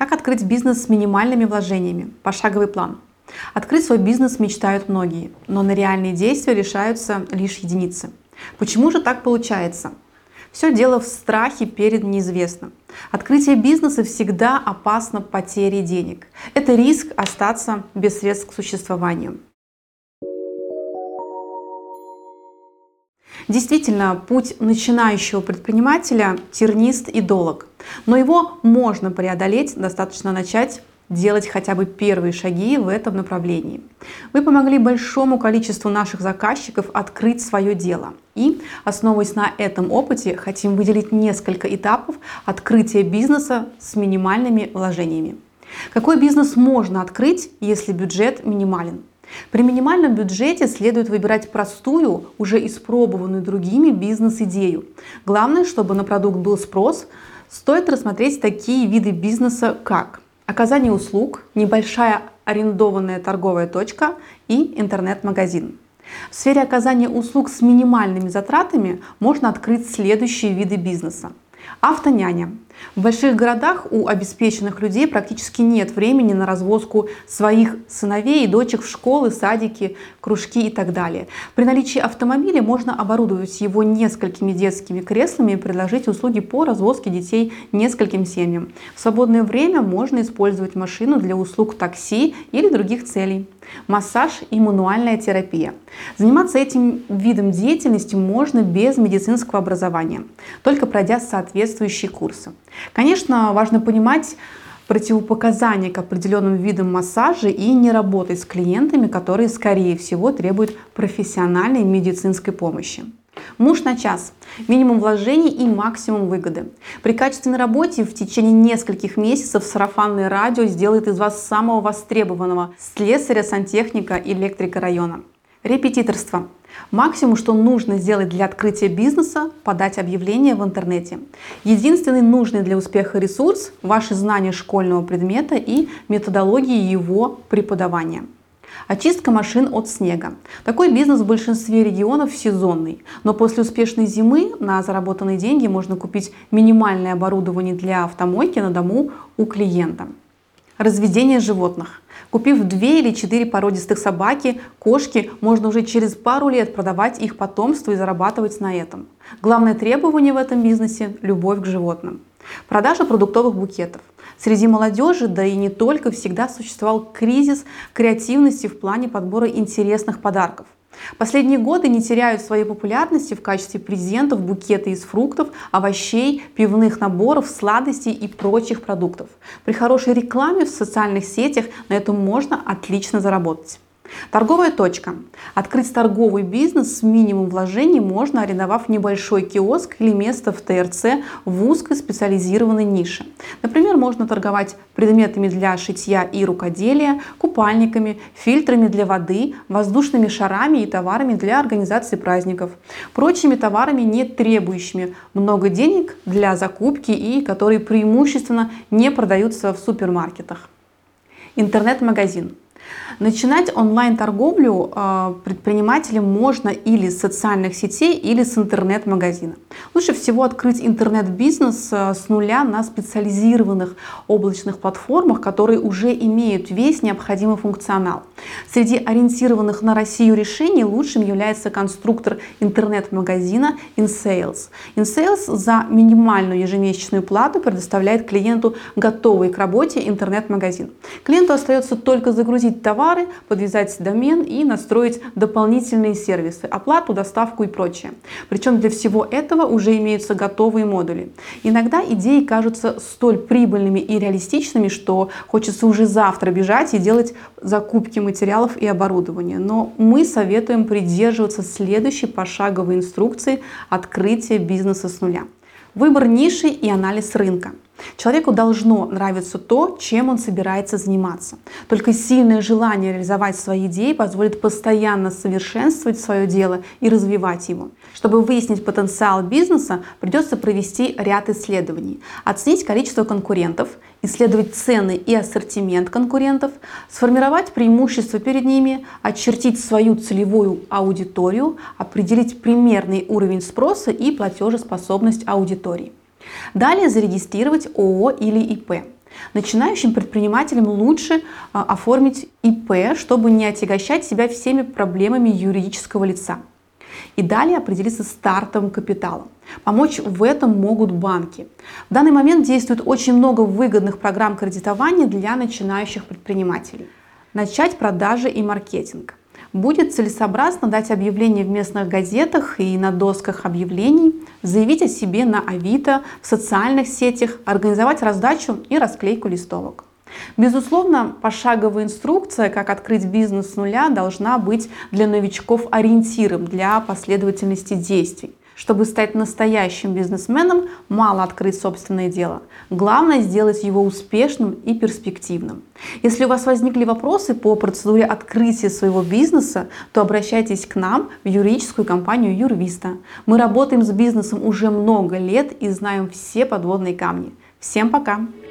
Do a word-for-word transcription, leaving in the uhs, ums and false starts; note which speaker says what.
Speaker 1: Как открыть бизнес с минимальными вложениями? Пошаговый план. Открыть свой бизнес мечтают многие, но на реальные действия решаются лишь единицы. Почему же так получается? Все дело в страхе перед неизвестным. Открытие бизнеса всегда опасно потерей денег. Это риск остаться без средств к существованию. Действительно, путь начинающего предпринимателя тернист и долг, но его можно преодолеть, достаточно начать делать хотя бы первые шаги в этом направлении. Вы помогли большому количеству наших заказчиков открыть свое дело. И, основываясь на этом опыте, хотим выделить несколько этапов открытия бизнеса с минимальными вложениями. Какой бизнес можно открыть, если бюджет минимален? При минимальном бюджете следует выбирать простую, уже испробованную другими бизнес-идею. Главное, чтобы на продукт был спрос, стоит рассмотреть такие виды бизнеса, как оказание услуг, небольшая арендованная торговая точка и интернет-магазин. В сфере оказания услуг с минимальными затратами можно открыть следующие виды бизнеса. Автоняня. В больших городах у обеспеченных людей практически нет времени на развозку своих сыновей и дочек в школы, садики, кружки и так далее. При наличии автомобиля можно оборудовать его несколькими детскими креслами и предложить услуги по развозке детей нескольким семьям. В свободное время можно использовать машину для услуг такси или других целей. Массаж и мануальная терапия. Заниматься этим видом деятельности можно без медицинского образования, только пройдя соответствующие курсы. Конечно, важно понимать противопоказания к определенным видам массажа и не работать с клиентами, которые, скорее всего, требуют профессиональной медицинской помощи. Муж на час. Минимум вложений и максимум выгоды. При качественной работе в течение нескольких месяцев сарафанное радио сделает из вас самого востребованного слесаря, сантехника, электрика района. Репетиторство. Максимум, что нужно сделать для открытия бизнеса – подать объявление в интернете. Единственный нужный для успеха ресурс – ваши знания школьного предмета и методологии его преподавания. Очистка машин от снега. Такой бизнес в большинстве регионов сезонный, но после успешной зимы на заработанные деньги можно купить минимальное оборудование для автомойки на дому у клиента. Разведение животных. Купив две или четыре породистых собаки, кошки, можно уже через пару лет продавать их потомство и зарабатывать на этом. Главное требование в этом бизнесе – любовь к животным. Продажа продуктовых букетов. Среди молодежи, да и не только, всегда существовал кризис креативности в плане подбора интересных подарков. Последние годы не теряют своей популярности в качестве презентов букеты из фруктов, овощей, пивных наборов, сладостей и прочих продуктов. При хорошей рекламе в социальных сетях на этом можно отлично заработать. Торговая точка. Открыть торговый бизнес с минимум вложений можно, арендовав небольшой киоск или место в ТРЦ в узкой специализированной нише. Например, можно торговать предметами для шитья и рукоделия, купальниками, фильтрами для воды, воздушными шарами и товарами для организации праздников. Прочими товарами, не требующими много денег для закупки и которые преимущественно не продаются в супермаркетах. Интернет-магазин. Начинать онлайн-торговлю э, предпринимателям можно или с социальных сетей, или с интернет-магазина. Лучше всего открыть интернет-бизнес э, с нуля на специализированных облачных платформах, которые уже имеют весь необходимый функционал. Среди ориентированных на Россию решений лучшим является конструктор интернет-магазина InSales. InSales за минимальную ежемесячную плату предоставляет клиенту готовый к работе интернет-магазин. Клиенту остается только загрузить товары, подвязать домен и настроить дополнительные сервисы, оплату, доставку и прочее. Причем для всего этого уже имеются готовые модули. Иногда идеи кажутся столь прибыльными и реалистичными, что хочется уже завтра бежать и делать закупки материалов и оборудования. Но мы советуем придерживаться следующей пошаговой инструкции открытия бизнеса с нуля. Выбор ниши и анализ рынка. Человеку должно нравиться то, чем он собирается заниматься. Только сильное желание реализовать свои идеи позволит постоянно совершенствовать свое дело и развивать его. Чтобы выяснить потенциал бизнеса, придется провести ряд исследований, оценить количество конкурентов, исследовать цены и ассортимент конкурентов, сформировать преимущества перед ними, очертить свою целевую аудиторию, определить примерный уровень спроса и платежеспособность аудитории. Далее зарегистрировать ООО или ИП. Начинающим предпринимателям лучше а, оформить И П, чтобы не отягощать себя всеми проблемами юридического лица. И далее определиться стартовым капиталом. Помочь в этом могут банки. В данный момент действует очень много выгодных программ кредитования для начинающих предпринимателей. Начать продажи и маркетинг. Будет целесообразно дать объявление в местных газетах и на досках объявлений, заявить о себе на Авито, в социальных сетях, организовать раздачу и расклейку листовок. Безусловно, пошаговая инструкция, как открыть бизнес с нуля, должна быть для новичков ориентиром для последовательности действий. Чтобы стать настоящим бизнесменом, мало открыть собственное дело. Главное сделать его успешным и перспективным. Если у вас возникли вопросы по процедуре открытия своего бизнеса, то обращайтесь к нам в юридическую компанию Юрвиста. Мы работаем с бизнесом уже много лет и знаем все подводные камни. Всем пока!